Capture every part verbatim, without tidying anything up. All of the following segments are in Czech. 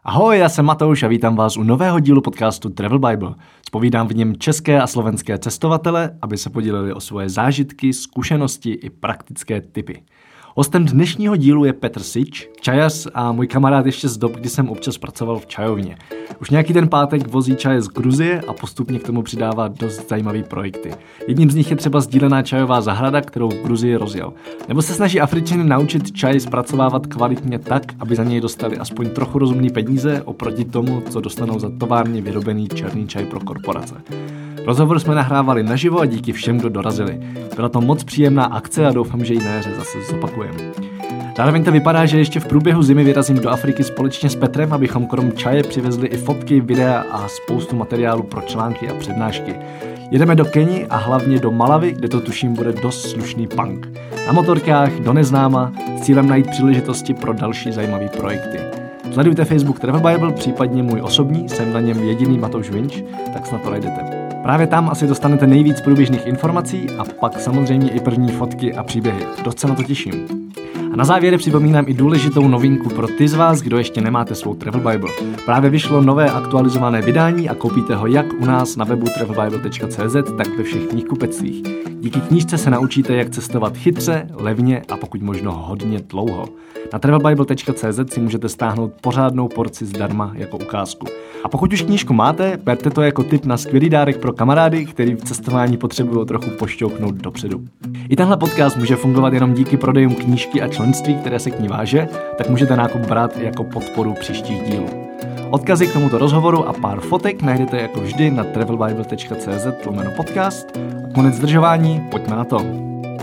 Ahoj, já jsem Matouš a vítám vás u nového dílu podcastu Travel Bible. Zpovídám v něm české a slovenské cestovatele, aby se podělili o svoje zážitky, zkušenosti i praktické tipy. Hostem dnešního dílu je Petr Sič, čajař a můj kamarád ještě z dob, kdy jsem občas pracoval v čajovně. Už nějaký ten pátek vozí čaje z Gruzie a postupně k tomu přidává dost zajímavý projekty. Jedním z nich je třeba sdílená čajová zahrada, kterou v Gruzii rozjel. Nebo se snaží Afričany naučit čaj zpracovávat kvalitně tak, aby za něj dostali aspoň trochu rozumný peníze oproti tomu, co dostanou za továrně vyrobený černý čaj pro korporace. Rozhovor jsme nahrávali naživo a díky všem, kdo dorazili. Byla to moc příjemná akce a doufám, že ji na jaře zase zopakujeme. Zároveň to vypadá, že ještě v průběhu zimy vyrazím do Afriky společně s Petrem, abychom krom čaje přivezli i fotky, videa a spoustu materiálu pro články a přednášky. Jedeme do Keni a hlavně do Malavy, kde to tuším bude dost slušný punk. Na motorkách, do neznáma, s cílem najít příležitosti pro další zajímavé projekty. Sledujte Facebook Travel Bible, případně můj osobní, jsem na něm jediný Matouš Vinč, tak snad to najdete. Právě tam asi dostanete nejvíc průběžných informací a pak samozřejmě i první fotky a příběhy. Dost se na to těším. A na závěr připomínám i důležitou novinku pro ty z vás, kdo ještě nemáte svou Travel Bible. Právě vyšlo nové aktualizované vydání a koupíte ho jak u nás na webu travel bible tečka cé zet, tak ve všech knihkupectvích. Díky knížce se naučíte, jak cestovat chytře, levně a pokud možno hodně dlouho. Na travel bible tečka cé zet si můžete stáhnout pořádnou porci zdarma jako ukázku. A pokud už knížku máte, berte to jako tip na skvělý dárek pro kamarády, který v cestování potřebují trochu pošťouknout dopředu. I tenhle podcast může fungovat jenom díky prodejům knížky a členství, které se k ní váže, tak můžete nákup brát jako podporu příštích dílů. Odkazy k tomuto rozhovoru a pár fotek najdete jako vždy na travel bible tečka cé zet lomeno podcast. A konec zdržování, pojďme na to.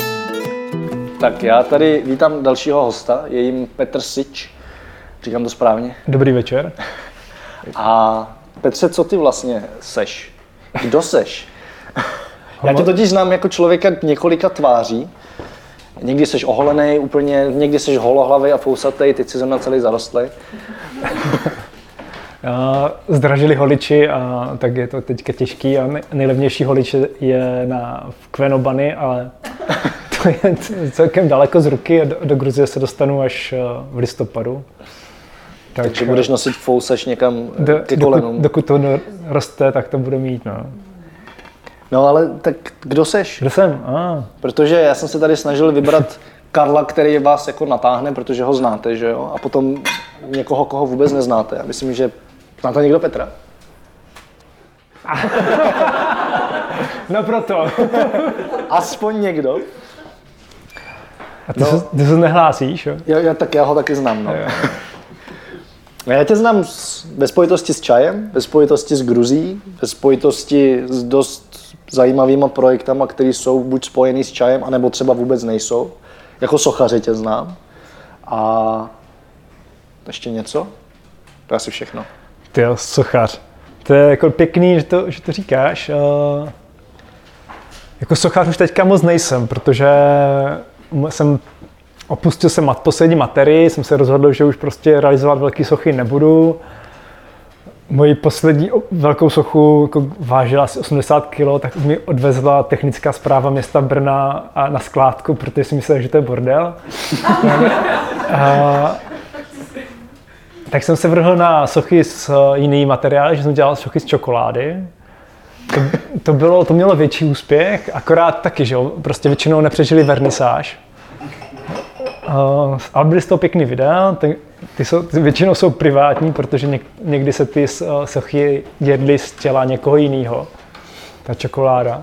Tak já tady vítám dalšího hosta, je jim Petr Sič. Říkám to správně? Dobrý večer. A Petře, co ty vlastně seš? Kdo seš? Já tě totiž znám jako člověka několika tváří. Někdy seš oholený úplně, někdy seš holohlavý a fousatej, teď si zrovna celý zarostlý. Zdražili holiči, a tak je to teďka těžký a nejlevnější holič je na v Kvenobany, ale to je celkem daleko z ruky a do, do Gruzie se dostanu až v listopadu. Tak, Takže budeš nosit fousaž někam do, ke kolenům. Dokud, dokud to roste, tak to bude mít, no. No ale tak kdo seš? Kdo jsem? Ah. Protože já jsem se tady snažil vybrat Karla, který vás jako natáhne, protože ho znáte, že jo? A potom někoho, koho vůbec neznáte. Já myslím, že znáte někdo Petra? No proto. Aspoň někdo. A ty, no, se, ty se nehlásíš, jo? Já, já, tak já ho taky znám, no. Já tě znám ve spojitosti s čajem, ve spojitosti s Gruzií, ve spojitosti s dost zajímavýma projektama, které jsou buď spojený s čajem, anebo třeba vůbec nejsou. Jako sochaře tě znám. A ještě něco? To je asi všechno. Ty jo, sochař. To je jako pěkný, že to, že to říkáš. Jako sochař už teďka moc nejsem, protože jsem opustil jsem poslední materii, jsem se rozhodl, že už prostě realizovat velké sochy nebudu. Moji poslední velkou sochu jako vážila asi osmdesát kilo, tak mi odvezla technická správa města Brna a na skládku, protože si myslel, že to je bordel. a, tak jsem se vrhl na sochy z jiný materiály, že jsem dělal sochy z čokolády. To, to, bylo, to mělo větší úspěch, akorát taky, že jo, prostě většinou nepřežili vernisáž. Uh, ale byly z toho pěkný videa, ty, ty, jsou, ty většinou jsou privátní, protože něk, někdy se ty uh, sochy jedly z těla někoho jiného, ta čokoláda.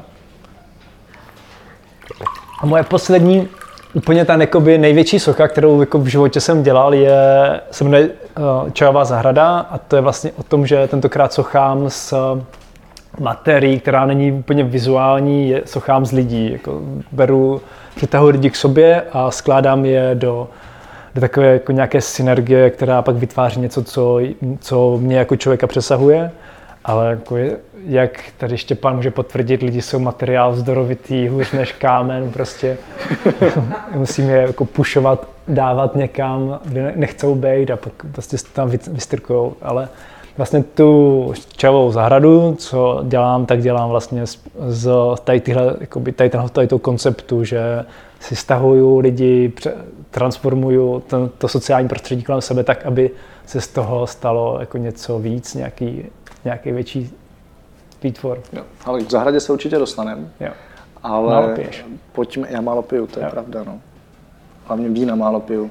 A moje poslední, úplně ta jakoby největší socha, kterou jako v životě jsem dělal, je, se jmenuje uh, Čajová zahrada a to je vlastně o tom, že tentokrát sochám z uh, materií, která není úplně vizuální, je, sochám z lidí. Jako beru přitahuji lidi k sobě a skládám je do, do takové jako nějaké synergie, která pak vytváří něco, co, co mě jako člověka přesahuje. Ale jako je, jak tady Štěpán může potvrdit, lidi jsou materiál vzdorovitý, hůř než kámen, prostě musím je jako pušovat, dávat někam, kde nechcou být a pak prostě tam vystrkujou. Ale vlastně tu čajovou zahradu, co dělám, tak dělám vlastně z, z tady, tyhle, jakoby tady, tady toho konceptu, že si stahuju lidi, transformuju to, to sociální prostředí kolem sebe tak, aby se z toho stalo jako něco víc, nějaký, nějaký větší výtvor. Jo, ale k zahradě se určitě dostaneme. Jo. Ale málo piješ. Pojďme, já málo piju, to je jo. pravda. No. Hlavně vína málo piju.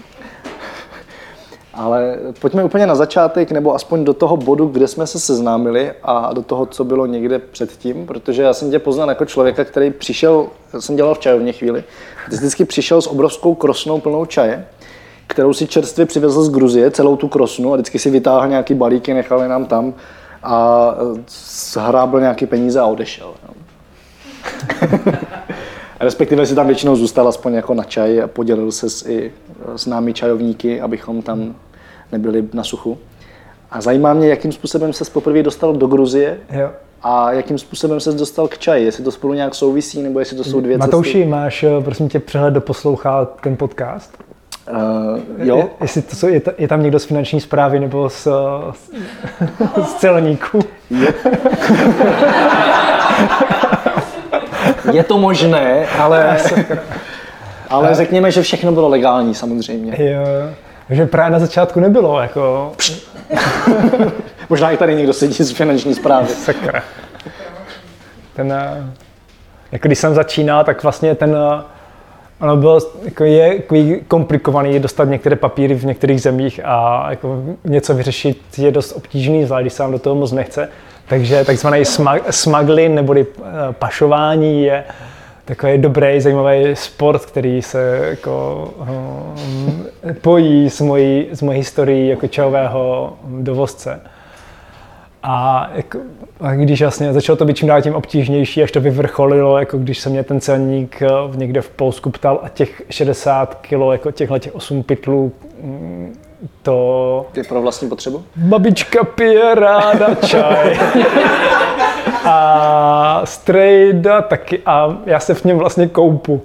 Ale pojďme úplně na začátek, nebo aspoň do toho bodu, kde jsme se seznámili a do toho, co bylo někde předtím, protože já jsem tě poznal jako člověka, který přišel, já jsem dělal v čajovně chvíli, ty jsi vždycky přišel s obrovskou krosnou plnou čaje, kterou si čerstvě přivezl z Gruzie, celou tu krosnu a vždycky si vytáhl nějaký balíky, nechal je nám tam a zhrábl nějaký peníze a odešel. Respektive si tam většinou zůstal aspoň jako na čaj a podělil se s, i s námi čajovníky, abychom tam nebyli na suchu. A zajímá mě, jakým způsobem ses poprvé dostal do Gruzie jo. a jakým způsobem ses dostal k čaji. Jestli to spolu nějak souvisí, nebo jestli to jsou dvě Matouši, cesty. máš, prosím tě, přehled, kdo poslouchá ten podcast? Uh, jo. Je, jestli to jsou, je, ta, je tam někdo z finanční správy nebo z, z celníků? Je. Je to možné, ale, ale řekněme, že všechno bylo legální samozřejmě. Jo, že právě na začátku nebylo, jako... Možná i tady někdo sedí z finanční správy. Sakra. Ten, jako když jsem začínal, tak vlastně ten, ono bylo, jako je komplikovaný dostat některé papíry v některých zemích a jako něco vyřešit je dost obtížný, zvlášť když se vám do toho moc nechce. Takže takzvaný smuggling neboli pašování je takový dobrý, zajímavý sport, který se jako um, pojí s mojí, s mojí historií jako čajového dovozce. A, jako, a když vlastně začalo to být čím dál tím obtížnější, až to vyvrcholilo, jako když se mě ten celník někde v Polsku ptal a těch šedesát kilo, jako těchhle těch osm pytlů, to... Je pro vlastní potřebu? Babička pije ráda čaj. A strejda taky. A já se v něm vlastně koupu.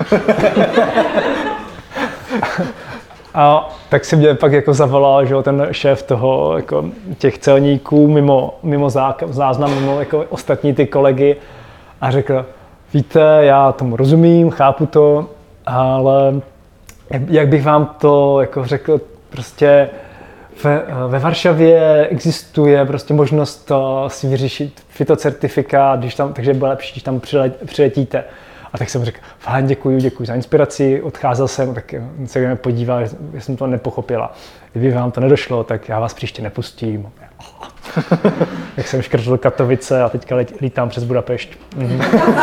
A tak si mě pak jako zavolal, že jo, ten šéf toho, jako těch celníků mimo, mimo záznam, mimo jako ostatní ty kolegy a řekl, víte, já tomu rozumím, chápu to, ale jak bych vám to jako řekl, prostě ve, ve Varšavě existuje prostě možnost si vyřešit fytocertifikát, když tam, takže bude lepší, když tam přiletíte. A tak jsem řekl, fajn, děkuji, děkuji za inspiraci, odcházel jsem, tak se jdeme podívat, já jsem to nepochopila. Kdyby vám to nedošlo, tak já vás příště nepustím. Tak jsem škrtl Katovice a teďka lítám přes Budapešť. Mhm.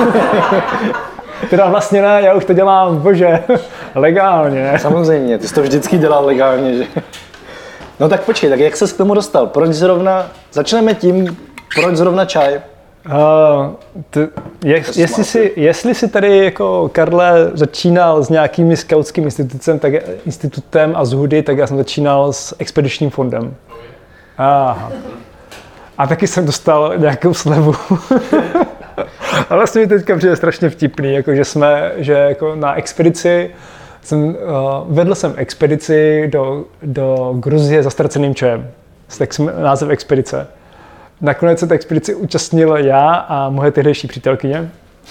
Teda vlastně ne, já už to dělám, bože, legálně. Samozřejmě, ty jsi to vždycky dělal legálně, že? No tak počkej, tak jak ses k tomu dostal? Proč zrovna, začneme tím, proč zrovna čaj? Uh, t, je, jestli, si, jestli si tady jako Karle začínal s nějakými skautským institutem, tak, institutem a z Hudy, tak já jsem začínal s expedičním fondem. Aha. A taky jsem dostal nějakou slevu. A vlastně mi teďka přijde strašně vtipný, jako že jsme, že jako na expedici, jsem, uh, vedl jsem expedici do, do Gruzie za ztraceným čajem. Tak jsme, název expedice. Nakonec se té expedici účastnil já a moje tehdejší přítelkyně.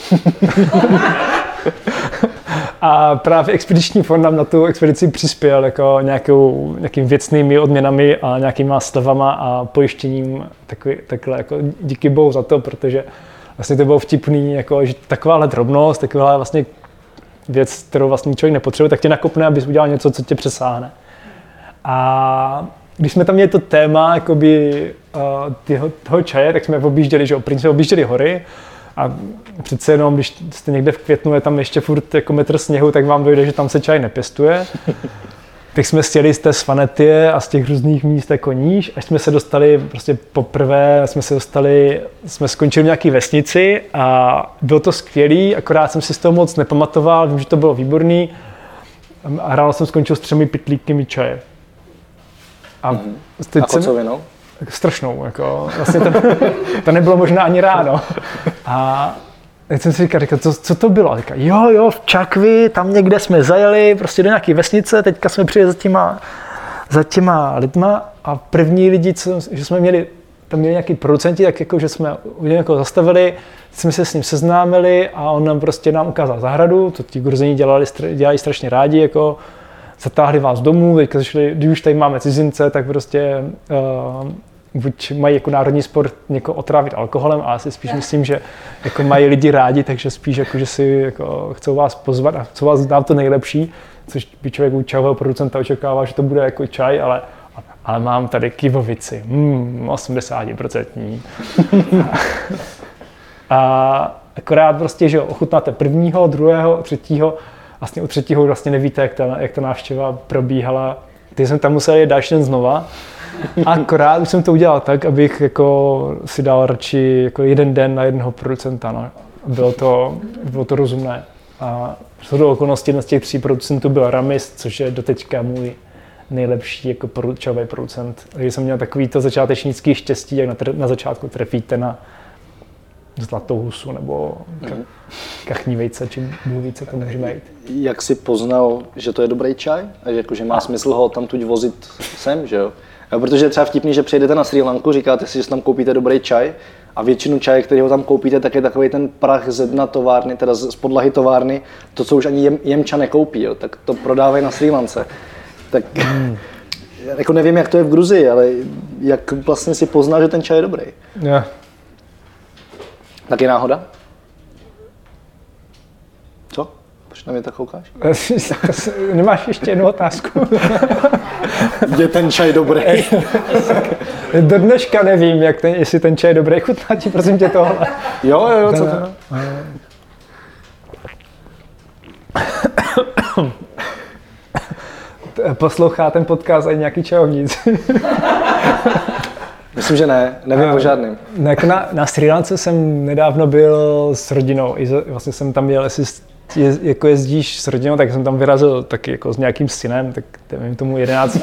A právě expediční fond nám na tu expedici přispěl jako nějakou, nějakými věcnými odměnami a nějakýma slevama a pojištěním. Takový, takhle jako díky bohu za to, protože vlastně to bylo vtipný, jako, že takováhle drobnost, taková vlastně věc, kterou vlastně člověk nepotřebuje, tak tě nakopne, abys udělal něco, co tě přesáhne. A když jsme tam měli to téma jakoby, uh, tyho, toho čaje, tak jsme objížděli, že jsme objížděli hory a přece jenom, když jste někde v květnu, je tam ještě furt jako metr sněhu, tak vám dojde, že tam se čaj nepěstuje. Tak jsme sjeli z té Svanetie a z těch různých míst jako níž, až jsme se dostali prostě poprvé, jsme se dostali, jsme skončili v nějaké vesnici a bylo to skvělý, akorát jsem si z toho moc nepamatoval, vím, že to bylo výborný a ráno jsem skončil s třemi pytlíky čaje. A, mm-hmm. a kocovinou? Strašnou, jako, vlastně to, to nebylo možná ani ráno. A teď jsem si říkal, říkal co, co to bylo? A říkal, jo, jo, v Čakvi, tam někde jsme zajeli, prostě do nějaké vesnice, teďka jsme přijeli za těma, za těma lidma a první lidi, co, že jsme měli tam měli nějaký producenti, tak jako, že jsme u něj jako zastavili, jsme se s ním seznámili a on nám prostě nám ukázal zahradu, to ti Gruzini dělali, dělají strašně rádi, jako zatáhli vás domů, teďka zašli, když už tady máme cizince, tak prostě uh, buď mají jako národní sport někoho otrávit alkoholem, a asi spíš myslím, že jako mají lidi rádi, takže spíš jako, že si jako chcou vás pozvat a chcou vás dát to nejlepší, což by člověk u čajového producenta očekává, že to bude jako čaj, ale, ale mám tady kivovici, hmm, osmdesát procent. A akorát prostě, že ochutnáte prvního, druhého, třetího, vlastně u třetího vlastně nevíte, jak ta, jak ta návštěva probíhala. Teď jsem tam musel jít další den znova. Akorát už jsem to udělal tak, abych jako si dal radši jako jeden den na jednoho producenta. No. Bylo to, bylo to rozumné. A shodou okolností jeden z těch tří producentů byl Ramis, což je doteďka můj nejlepší jako čajový producent. Takže jsem měl takový to začátečnický štěstí, jak na, tr- na začátku trefíte na zlatou husu nebo ka- kachní vejce, či bůh to může být. Jak jsi poznal, že to je dobrý čaj? A že, jako, že má smysl ho tam tuď vozit sem, že jo? A protože je třeba vtipný, že přijedete na Srí Lanku, říkáte si, že tam koupíte dobrý čaj a většinu čaje, který ho tam koupíte, tak je takový ten prach ze dna továrny, teda z podlahy továrny, to, co už ani jem, jemča nekoupí, jo? Tak to prodávají na Srí Lance. Tak hmm. jako nevím, jak to je v Gruzii, ale jak vlastně si poznal, že ten čaj je dobrý? Yeah. Tak je náhoda? Co? Proč na mě tak koukáš? Nemáš ještě jednu otázku? Je ten čaj dobrý? Do dneška nevím, jak ten, jestli ten čaj je dobrý. Chutná ti, prosím tě, tohle. Jo, jo, jo, co to? Poslouchá ten podcast i nějaký čajovníci. Myslím, že ne, nevím a, o žádným. Na, na Srí Lance jsem nedávno byl s rodinou, vlastně jsem tam jel, jestli je, jako jezdíš s rodinou, tak jsem tam vyrazil taky jako s nějakým synem, tak nevím tomu jedenáct.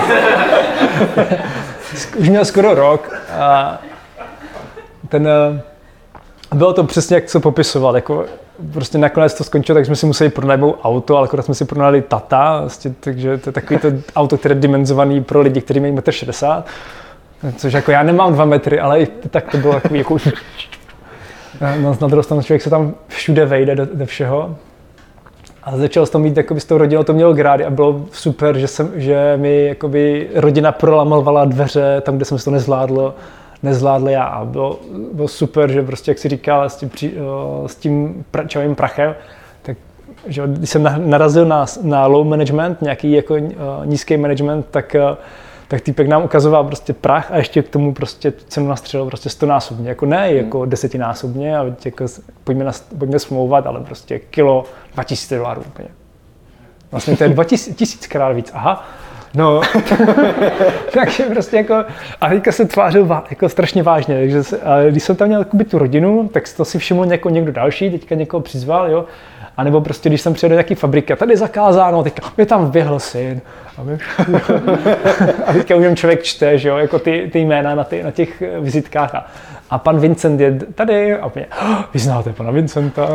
Už měl skoro rok a ten, bylo to přesně, jak to popisoval, jako prostě nakonec to skončilo, tak jsme si museli pronajmout auto, ale akorát jsme si pronajali Tata, vlastně, takže to je takový to auto, které je dimenzovaný pro lidi, kteří mají metr šedesát. Což jako já nemám dva metry, ale i tak to bylo takový jako... Na, na druhou stranu člověk se tam všude vejde do, do všeho. A začal jsem to mít jakoby s tou rodinou, to mělo grády a bylo super, že, jsem, že mi jakoby rodina prolamovala dveře tam, kde jsem si to nezvládlo, nezvládl já. A bylo, bylo super, že prostě, jak si říkal, s tím, s tím čajovým prachem, tak že když jsem narazil na, na low management, nějaký jako nízký management, tak tak týpek nám ukazoval prostě prach a ještě k tomu prostě cenu nastřelil prostě stonásobně, jako ne jako desetinásobně, a jako pojďme, nas, pojďme smlouvat, ale prostě kilo dva tisíce dolarů úplně. Vlastně to je dva tisíckrát víc, aha. No, takže prostě jako, a teďka se tvářil jako strašně vážně, takže se, ale když jsem tam měl tu rodinu, tak to si všiml něko, někdo další, teďka někoho přizval, jo. A nebo prostě, když jsem přijel do nějaký fabriky, a tady je zakázáno, teďka mě tam vběhl syn. A, my... a teďka už člověk čte, že jo, jako ty, ty jména na, ty, na těch vizitkách. A, a pan Vincent je tady a mě, oh, vy znáte pana Vincenta.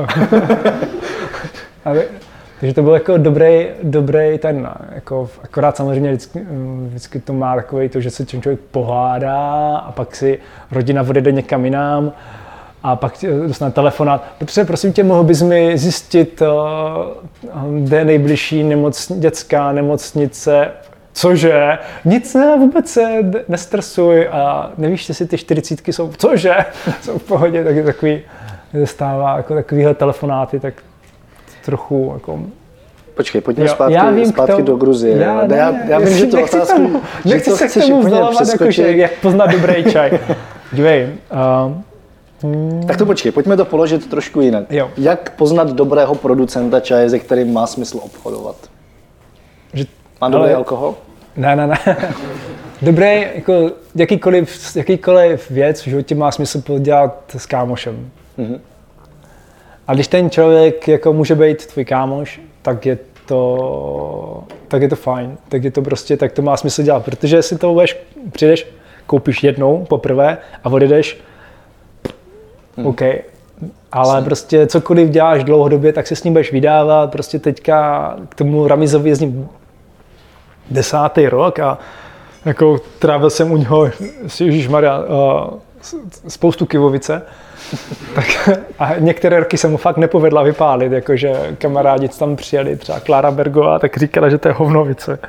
a, takže to byl jako dobrý, dobrý ten, jako, akorát samozřejmě vždycky, vždycky to má takový to, že se čím člověk pohádá a pak si rodina odjede někam jinam. A pak dostane telefonát, protože prosím tě, mohl bys mi zjistit, kde je nejbližší nemoc, dětská nemocnice, cože, nic ne, vůbec se nestresuj a nevíš, jestli ty čtyřicítky jsou, cože, jsou v pohodě, tak je takový, stává jako takovýhle telefonáty, tak trochu jako... Počkej, pojďme jo, zpátky, zpátky tomu, do Gruzie. Já, ne, já, já vím, že to otázku, tomu, že nechci to se k tomu vzdalovat, jakože jak poznat dobrý čaj. Dívej, uh, Hmm. Tak to počkej, pojďme to položit trošku jinak. Jo. Jak poznat dobrého producenta čaje, se kterým má smysl obchodovat? Že, má dobrý ale... alkohol? Ne, ne, ne. Dobrý, jako jakýkoliv, jakýkoliv věc v životě má smysl podělat s kámošem. Mm-hmm. A když ten člověk jako může být tvůj kámoš, tak je to, tak je to fajn. Tak je to prostě, tak to má smysl dělat, protože si to budeš, přijdeš, koupíš jednou poprvé a odjedeš. Hmm. OK, ale Jsem. prostě cokoliv děláš dlouhodobě, tak se s ním budeš vydávat, prostě teďka k tomu Ramizovi jezdím desátý rok a Jako trávil jsem u něho, ježišmarja, uh, spoustu kivovice. Tak, a některé roky se mu fakt nepovedla vypálit, jakože kamarádi tam přijeli, třeba Klára Bergová, tak říkala, že to je hovnovice.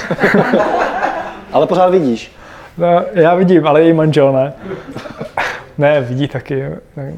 Ale pořád vidíš. No, já vidím, ale její manžel ne. Ne, vidí taky. Ne.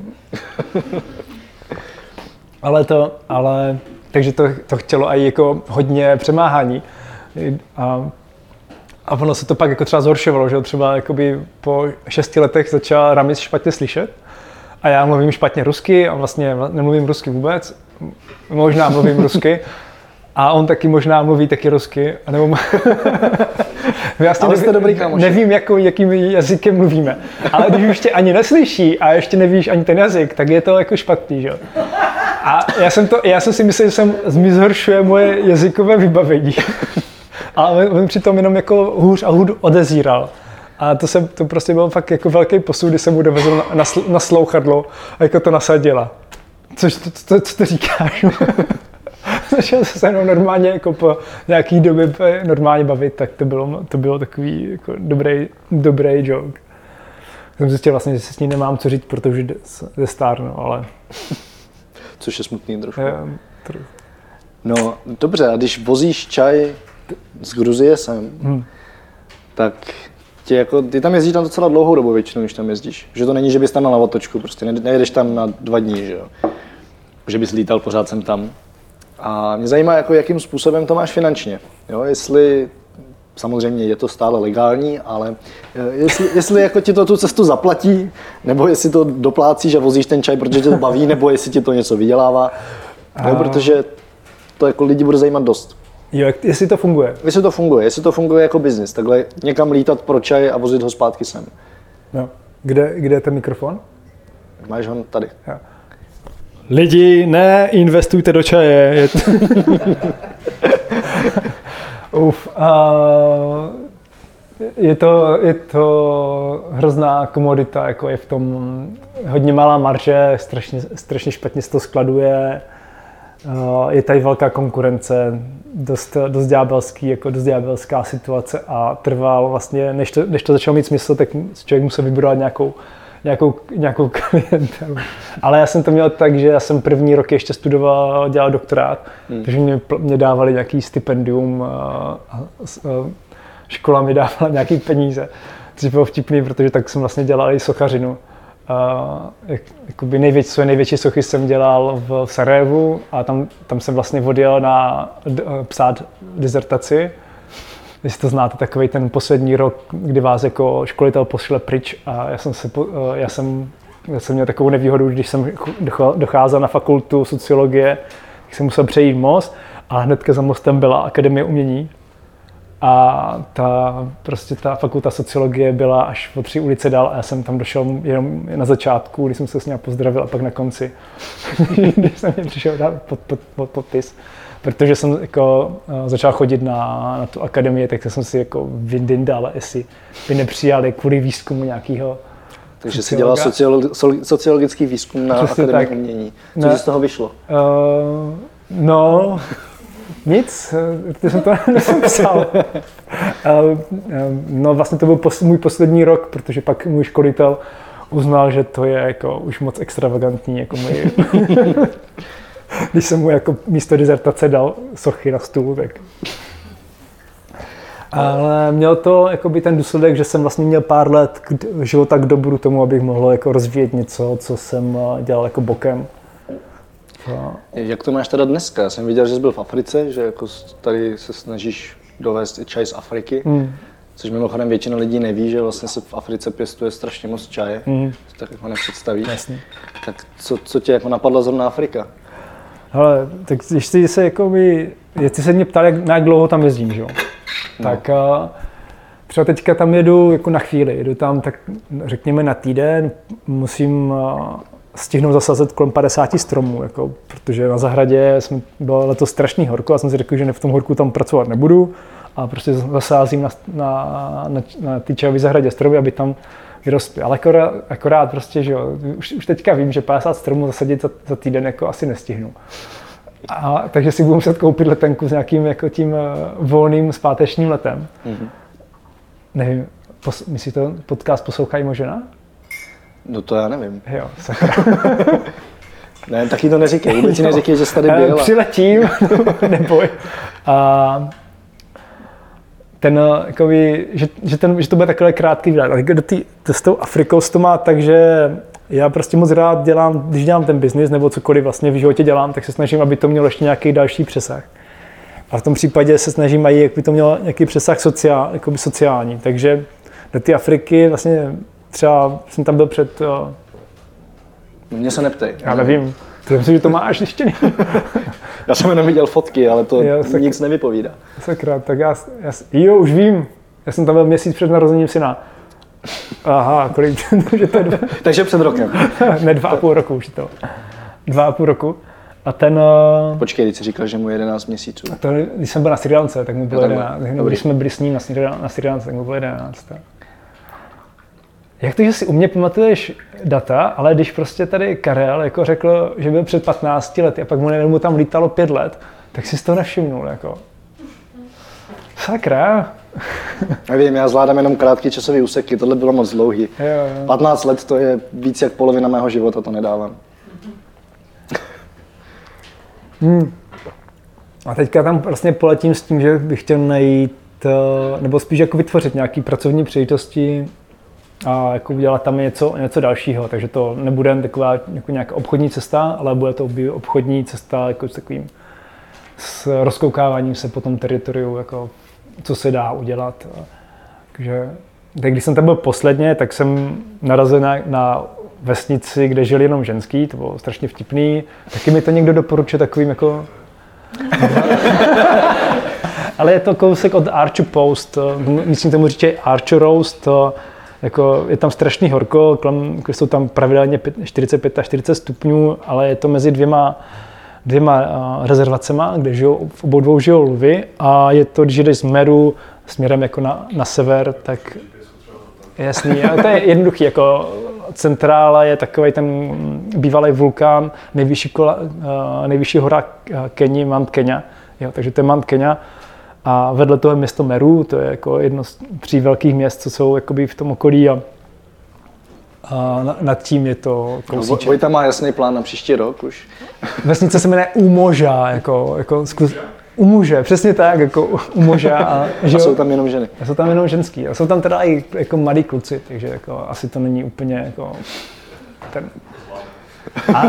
Ale to, ale, takže to, to chtělo i jako hodně přemáhání. A, a ono se to pak jako třeba zhoršovalo, že třeba jakoby po šesti letech začal Ramis špatně slyšet. A já mluvím špatně rusky a vlastně nemluvím rusky vůbec. Možná mluvím rusky. A on taky možná mluví taky rusky. Nebo... Ale nevím, jste dobrý kámoši. Nevím, jako, jakým jazykem mluvíme. Ale když už tě ani neslyší a ještě nevíš ani ten jazyk, tak je to jako špatný, že? A já jsem, to, já jsem si myslel, že jsem, mi zhoršuje moje jazykové vybavení. A on, on přitom jenom jako hůř a hůř odezíral. A to, se, to prostě byl fakt jako velký posun, kdy jsem mu dovezl na, na, na slouchadlo a jako to nasadila. Což, to, to, co to říkáš? Začal se se mnou normálně jako po nějaký době normálně bavit, tak to bylo, to bylo takový jako dobrý, dobrý joke. Jsem zjistil vlastně, že se s ní nemám co říct, protože je stárnu, ale... Což je smutný trošku. Je, trochu. No dobře, a když vozíš čaj z Gruzie sem, hmm. tak tě jako, ty tam jezdíš tam docela dlouhou dobu většinou, když tam jezdíš. Že to není, že bys tam na lavotočku, prostě nejedeš tam na dva dní, že jo. Že bys lítal pořád sem tam. A mě zajímá, jako, jakým způsobem to máš finančně. Jo? Jestli, samozřejmě je to stále legální, ale jestli, jestli jako ti to tu cestu zaplatí, nebo jestli to doplácíš a vozíš ten čaj, protože tě to baví, nebo jestli ti to něco vydělává. A... Jo, protože to jako lidi bude zajímat dost. Jo, jestli to funguje. Jestli to funguje, jestli to funguje jako biznis, takhle někam lítat pro čaj a vozit ho zpátky sem. No. Kde, kde je ten mikrofon? Máš ho tady. Jo. Lidi, ne, investujte do čaje. Je to, Uf, uh, je, to, je to hrozná komodita, jako je v tom hodně malá marže, strašně, strašně špatně se to skladuje. Uh, je tady velká konkurence, dost, dost, ďábelský, jako dost ďábelská situace a trval vlastně, než to, než to začalo mít smysl, tak člověk musel vybudovat nějakou Nějakou, nějakou klientelu. Ale já jsem to měl tak, že já jsem první rok ještě studoval, dělal doktorát, hmm. takže mě, mě dávali nějaký stipendium a, a, a škola mi dávala nějaký peníze. Což bylo vtipný, protože tak jsem vlastně dělal i sochařinu. A, jak, jakoby největší, své největší sochy jsem dělal v Sarajevu a tam, tam jsem vlastně odjel na d, psát dizertaci. Jestli to znáte, takový ten poslední rok, kdy vás jako školitel pošle pryč a já jsem, se, já jsem, já jsem měl takovou nevýhodu, když jsem docházel na fakultu sociologie, tak jsem musel přejít most a hnedka za mostem byla Akademie umění a ta, prostě ta fakulta sociologie byla až o tři ulice dál a já jsem tam došel jenom na začátku, když jsem se s ní pozdravil a pak na konci, když jsem mě přišel dát pod, pod, pod, podpis. Protože jsem jako začal chodit na, na tu akademii, tak jsem si jako vyndindal, jestli by nepřijali kvůli výzkumu nějakého. Takže jsi dělal sociolo- sociologický výzkum na Přesně Akademii tak. umění. Co ti z toho vyšlo? Uh, no, nic, ty jsem to nepsal. uh, no vlastně to byl pos- můj poslední rok, protože pak můj školitel uznal, že to je jako už moc extravagantní, jako můj... Když jsem mu jako místo dizertace dal sochy na stůl, tak... Ale měl to jakoby ten důsledek, že jsem vlastně měl pár let života k dobru tomu, abych mohl jako rozvíjet něco, co jsem dělal jako bokem. A... Jak to máš teda dneska? Já jsem viděl, že jsi byl v Africe, že jako tady se snažíš dovést čaj z Afriky, hmm. což mimochodem většina lidí neví, že vlastně se v Africe pěstuje strašně moc čaje, hmm. tak jako nepředstavíš. Jasně. Tak co, co tě jako napadla zrovna Afrika? Hele, tak když ty se jako by, jestli se mě ptali, jak, na jak dlouho tam jezdím, že jo? No. Tak a, třeba teďka tam jedu jako na chvíli, jedu tam tak řekněme na týden, musím a, stihnout zasazet kolem padesáti stromů, jako, protože na zahradě jsme, bylo letos strašný horko a jsem si řekl, že v tom horku tam pracovat nebudu a prostě zasázím na, na, na, na ty čajové zahradě stromy, aby tam vyrostly. Ale akorát, akorát prostě, že jo, už, už teďka vím, že padesát stromů zasadit za, za týden jako asi nestihnu. A, takže si budu muset koupit letenku s nějakým jako tím uh, volným zpátečním letem. Mm-hmm. nevím, pos, myslíš to podcast poslouchají možná? No to já nevím. Jo, sakra. Ne, taky to neříkej, vůbec si neříkej, že jsi tady byl. Přiletím, neboj. A ten, jakoby, že, že, ten, že to bude takové krátký výlet. A do tý, to s tou Afrikou to má tak, že já prostě moc rád dělám, když dělám ten biznis nebo cokoliv vlastně v životě dělám, tak se snažím, aby to mělo ještě nějaký další přesah. A v tom případě se snažím, aby to mělo nějaký přesah sociál, jakoby sociální. Takže do té Afriky vlastně třeba jsem tam byl před... Mě se neptej. Já nevím. To myslím, že to máš ještě. Já jsem jenom viděl fotky, ale to jo, sak... nic nevypovídá. Sakra, tak já, já... Jo, už vím. Já jsem tam byl měsíc před narozením syna. Aha, kolik? že to je dva... Takže před rokem. ne, dva a půl roku už to. Dva a půl roku. A ten... Počkej, když jsi říkal, že mu je jedenáct měsíců. To, když jsem byl na Srí Lance, tak mu bylo jedenáct. Když jsme byli s ním na Srí, na Srí Lance, tak mu bylo jedenáct. Jak to, že si u mě pamatuješ data, ale když prostě tady Karel jako řekl, že byl před patnácti lety a pak mu, nevím, mu tam lítalo pět let, tak si to nevšimnul, jako. Sakra. Nevím, já zvládám jenom krátké časové úseky, tohle bylo moc dlouhý. Jo, jo. patnáct let to je víc jak polovina mého života, to nedávám. Hmm. A teďka tam vlastně poletím s tím, že bych chtěl najít, nebo spíš jako vytvořit nějaké pracovní příležitosti a jako udělat tam něco, něco dalšího, takže to nebude taková jako nějaká obchodní cesta, ale bude to obchodní cesta jako s takovým s rozkoukáváním se po tom teritoriu, jako co se dá udělat. Takže tak když jsem tam byl posledně, tak jsem narazil na, na vesnici, kde žili jenom ženský, to bylo strašně vtipný. Taky mi to někdo doporučuje takovým jako... Ale je to kousek od Archer Post, myslím tomu říkají Archer Roast, jako je tam strašný horko, jsou tam pravidelně čtyřicet pět až čtyřicet stupňů, ale je to mezi dvěma, dvěma rezervacema, kde žijou, v obou dvou žijou lvy a je to, když jdeš z Meru směrem jako na, na sever, tak jasný, ale to je jednoduchý, jako centrála je takový ten bývalý vulkán, nejvyšší, kola, nejvyšší hora Keni, Mount Kenya, jo, takže to je Mount Kenya. A vedle toho je město Meru, to je jako jedno z tří velkých měst, co jsou jakoby v tom okolí a, a nad tím je to kousíček. Vojta má jasný plán na příští rok už. Vesnice se jmenuje Umoža, jako, jako zkus, Umože, přesně tak, jako Umoža. A, a jsou tam jenom ženy. A jsou tam jenom ženský. A jsou tam teda i jako mladí kluci, takže jako asi to není úplně jako ten... A,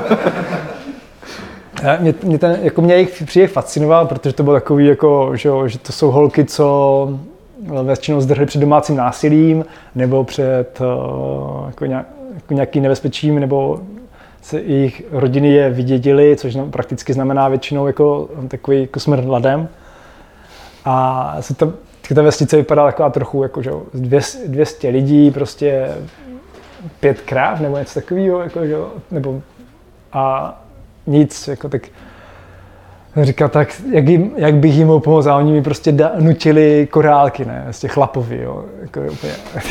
Mě, mě, ten, jako mě jejich příběh fascinoval, protože to bylo takový, jako, že, že to jsou holky, co většinou zdrhly před domácím násilím nebo před jako nějak, jako nějakým nebezpečím, nebo se jejich rodiny je vydědily, což prakticky znamená většinou jako takový jako smrt hladem. A se ta, ta vesnice vypadá taková trochu jako, že dvě stě lidí, prostě pět kráv nebo něco takového, jako, že, nebo a nic, jako tak říkal tak, jak, jim, jak bych jim mohl pomoct a oni mi prostě da, nutili korálky, ne, z těch chlapovi, jo, jako úplně,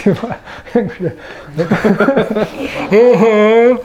uh,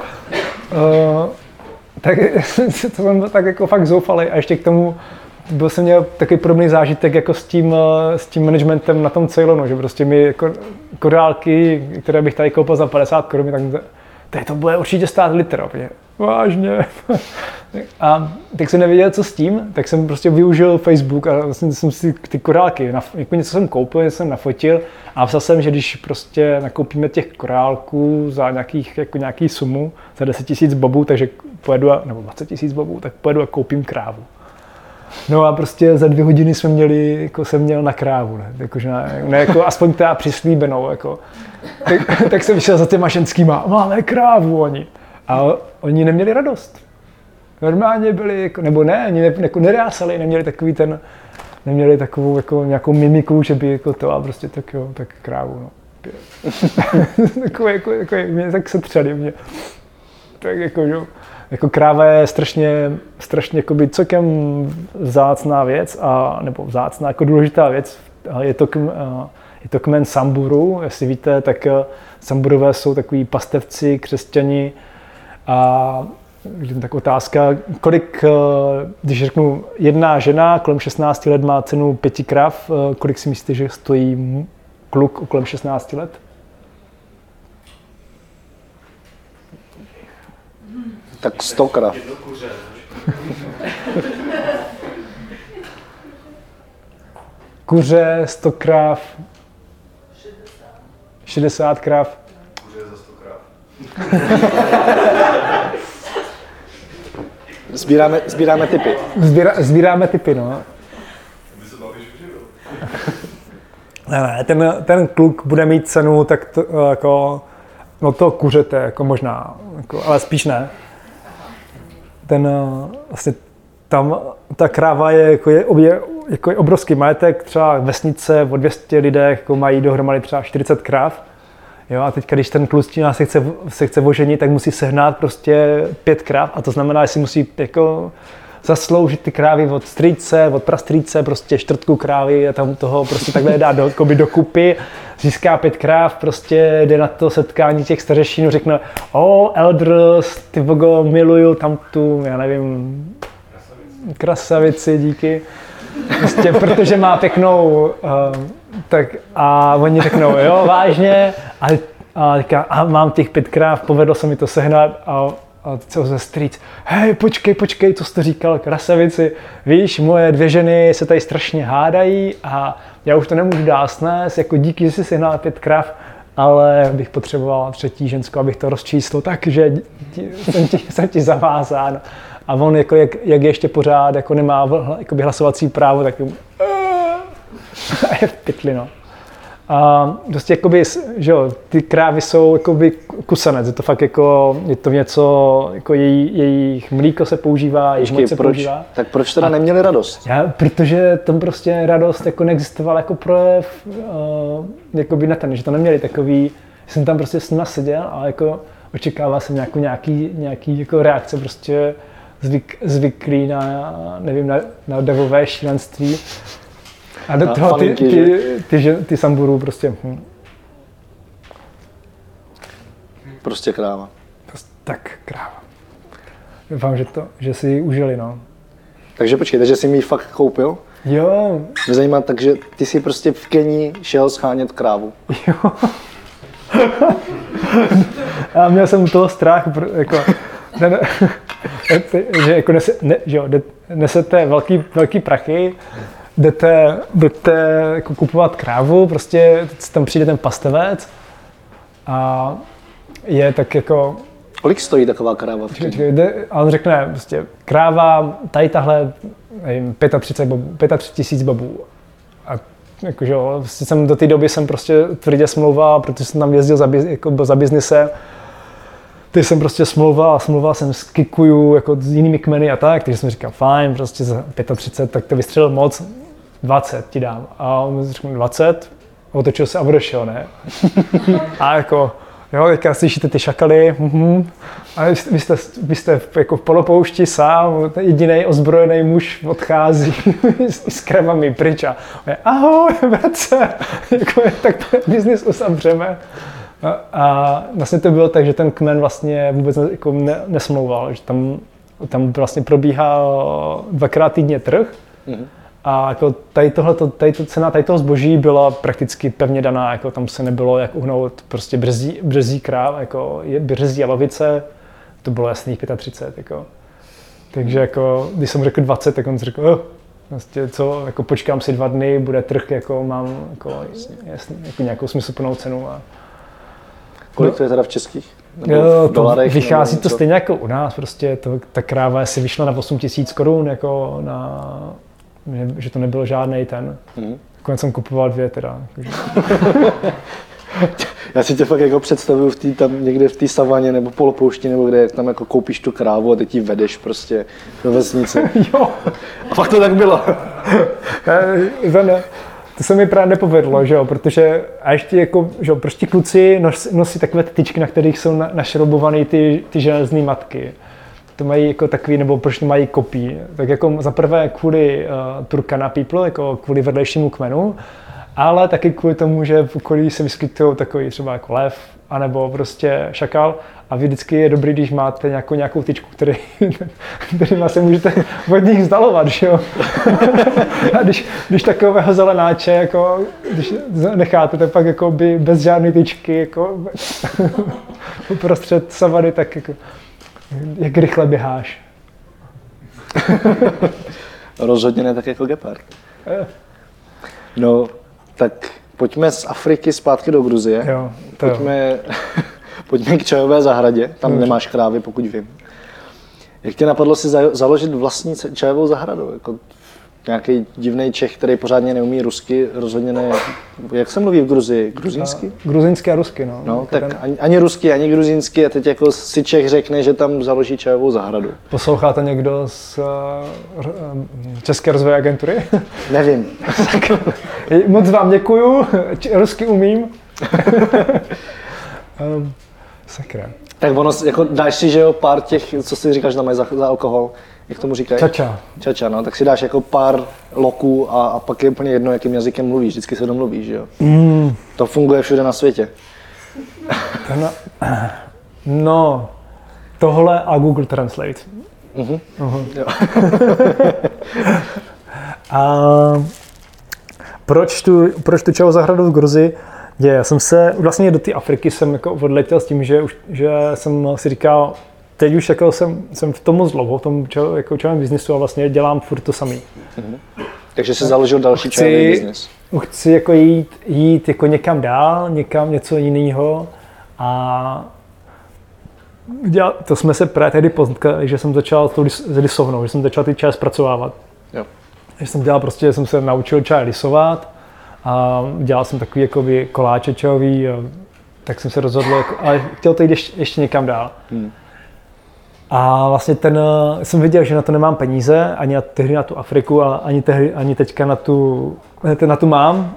tak to jsem byl tak jako fakt zoufalý a ještě k tomu byl jsem měl takový podobný zážitek jako s tím, s tím managementem na tom Ceylonu, že prostě mi jako korálky, které bych tady koupil za padesát korun, tak tady to bude určitě stát litr, vážně. A tak jsem nevěděl, co s tím, tak jsem prostě využil Facebook a vlastně jsem si ty korálky, jako něco jsem koupil, něco jsem nafotil a psal jsem, že když prostě nakoupíme těch korálků za nějakých, jako nějaký sumu, za deset tisíc bobů, takže pojedu, a, nebo dvacet tisíc bobů, tak pojedu a koupím krávu. No a prostě za dvě hodiny jsme měli, jako jsem měl na krávu, ne, Jakože ne, ne jako aspoň teda přislíbenou, jako. Tak, tak jsem vyšel za těma ženskýma, máme krávu oni. A oni neměli radost. Normálně byli, jako, nebo ne, oni ne, jako nerásali, neměli takový ten, neměli takovou jako nějakou mimiku, že by jako to a prostě tak jo, tak krávu, no. Takové jako, jako, mě tak se třeli mě. Tak jako, jo. Jako kráva je strašně, strašně jakoby celkem vzácná věc, a, nebo vzácná jako důležitá věc. Je to, je to kmen Samburu, jestli víte, tak Samburové jsou takový pastevci, křesťani. A tak otázka, kolik, když řeknu jedna žena kolem šestnácti let má cenu pěti krav, kolik si myslíte, že stojí kluk kolem šestnácti let. Tak sto krav. Kuře, sto krav. šedesát krav. Kuře za sto krav. Sbíráme, sbíráme tipy. Sbíra, sbíráme tipy, no. Aby se bavíš uživil. Ne, ne, ten, ten kluk bude mít cenu, tak to, jako, no to kuřete, jako možná, jako, ale spíš ne. Ten, vlastně tam, ta kráva je, jako je, je, jako je obrovský majetek, třeba vesnice o dvě stě lidé jako mají dohromady třeba čtyřicet kráv. Jo, a teď, když ten klučina se chce, se chce oženit, tak musí sehnat prostě pět kráv a to znamená, že si musí jako zasloužit ty krávy od strýce, od prastrýce, prostě čtvrtku krávy a tam toho prostě takhle dá do, do kupy, získá pět kráv, prostě jde na to setkání těch stařešinů, řekne o, elders, ty bogo, miluju tam tu, já nevím, krasavici, díky, prostě, protože má pěknou, uh, tak a oni řeknou, jo, vážně, a, a, říká, a mám těch pět kráv, povedlo se mi to sehnat a A co ze strýc, hej, počkej, počkej, co jsi to říkal, krasavici, víš, moje dvě ženy se tady strašně hádají a já už to nemůžu dál snést, jako díky, že jsi sehnal pět krav, ale bych potřeboval třetí ženskou, abych to rozčísl, takže jsem ti, jsem ti zavázán. A on, jako, jak, jak ještě pořád jako nemá jakoby hlasovací právo, tak jim, a je v pytli, no. A prostě jakoby, že jo, ty krávy jsou jakoby kusanec, je to fakt jako, je to něco, jako její, jejich mlíko se používá, jejich moc se proč, používá. Tak proč teda a neměli radost? Já, protože tam prostě radost jako neexistovala jako projev, uh, jakoby na ten, že to neměli takový, jsem tam prostě s nima seděl a jako očekával jsem nějakou, nějaký, nějaký jako reakce, prostě zvyk, zvyklý na, nevím, na, na davové šílenství. A do toho ty, ty, ty, ty, ty samburů prostě... Hm. Prostě kráva. Prostě tak kráva. Doufám, že, to, že si ji užili, no. Takže počkej, takže jsi mi ji fakt koupil? Jo. Mě zajímá, takže ty jsi prostě v Keni šel schánět krávu. Jo. A měl jsem u toho strach, jako... Ne, ne, že jako nese, ne, že jo, nesete velký, velký prachy, jdete, jdete jako kupovat krávu, prostě tam přijde ten pastevec a je tak jako... Kolik stojí taková kráva? A on řekne, prostě kráva, tady tahle, nevím, třicet pět bobů, třicet pět tisíc bobů. A jakože jo, prostě jsem do té doby jsem prostě tvrdě smlouval, protože jsem tam jezdil za, jako za biznisem. Teď jsem prostě smlouval a smlouval jsem s Kikuju, jako s jinými kmeny a tak, takže jsem říkal, fajn, prostě za třicet pět, tak to vystřelil moc, dvacet ti dám. A on mi řekl dvacet, otočil se a odešel, ne? A jako, jo, teďka slyšíte ty šakaly, mm-hmm. A vy jste, vy jste jako v polopoušti sám, jedinej ozbrojený muž odchází s krevami pryč a je, ahoj, bratře, jako, tak ten biznis uzavřeme. A, a vlastně to bylo tak, že ten kmen vlastně vůbec ne, jako ne, nesmlouval, že tam, tam vlastně probíhal dvakrát týdně trh mm-hmm. a jako tady tohleto, tady to cena tady toho zboží byla prakticky pevně daná, jako tam se nebylo jak uhnout prostě březí, březí kráv, jako březí jalovice, to bylo jasných třicet pět, jako. Takže jako, když jsem řekl dvacet, tak on řekl, oh, vlastně co, jako počkám si dva dny, bude trh, jako mám jako, jasný, jako nějakou smysluplnou cenu. A kolik to je teda v českých? Jo, v dolarech, vychází to stejně jako u nás, prostě to, ta kráva si vyšla na osm tisíc korun, jako na, že to nebyl žádnej ten. Mm. Konec jsem kupoval dvě teda. Já si tě fakt jako představuju v tý, tam někde v té savaně nebo polopoušti, nebo kde tam jako koupíš tu krávu a teď ji vedeš prostě do vesnice. Jo. A fakt to tak bylo. ne, to se mi právě nepovedlo, že jo, protože a ještě jako, že jo, prostě kluci nos, nosí takové ty tyčky, na kterých jsou na, našroubované ty, ty železné matky. To mají jako takový, nebo proč mají kopí. Tak jako za prvé kvůli uh, Turkana people, jako kvůli vedlejšímu kmenu. ale taky kvůli tomu, že v okolí se vyskytují takový třeba jako lev, anebo prostě šakal a vy vždycky je dobrý, když máte nějakou, nějakou tyčku, který, kterýma se můžete od nich vzdalovat, že jo? A když, když takového zelenáče, jako, když necháte, tak pak jako by bez žádné tyčky, jako uprostřed savany, tak jako, jak rychle běháš. Rozhodně ne tak jako gepard. No, tak pojďme z Afriky zpátky do Gruzie. Jo, to pojďme, pojďme k čajové zahradě, tam Dobře. Nemáš krávy, pokud vím. Jak tě napadlo si založit vlastní čajovou zahradu? Jako nějaký divný Čech, který pořádně neumí rusky, rozhodně ne. Jak se mluví v Gruzii? Gruzínsky? Gruzínsky a rusky, no. No, tak ten... ani, ani rusky, ani gruzínsky a teď jako si Čech řekne, že tam založí čajovou zahradu. Poslouchá to někdo z uh, České rozvojové agentury? Nevím. Moc vám děkuju, rusky umím. um, sakra. Tak ono, jako dáš si, že jo, pár těch, co si říkáš, že tam mají za, za alkohol, jak tomu říkají? Čača. Čača, no, tak si dáš jako pár loků a, a pak je úplně jedno, jakým jazykem mluvíš, vždycky se domluvíš, že jo? Mm. To funguje všude na světě. No, no, tohle a Google Translate. Uh-huh. Uh-huh. Jo. A proč tu, proč tu čajovou zahradu v Gruzii? Je, já jsem se, vlastně do té Afriky jsem jako odletěl s tím, že, už, že jsem si říkal, teď už jako jsem, jsem v tom moc dlouho, v tom čaj, jako čajovém biznisu a vlastně dělám furt to samý. Mm-hmm. Takže jsi založil další čajový biznis. Chci jako jít, jít jako někam dál, někam něco jiného a dělal, to jsme se právě tehdy poznali, že jsem začal s tou lisovnou, že jsem začal ty čaje zpracovávat. Jo. Že jsem dělal prostě, že jsem se naučil čaj lisovat a dělal jsem takový jakoby koláče čajový, tak jsem se rozhodl, jako, ale chtěl to jít ještě, ještě někam dál. Hmm. A vlastně ten, jsem viděl, že na to nemám peníze, ani na, tehdy na tu Afriku, a ani, tehdy, ani teďka na tu, na tu mám.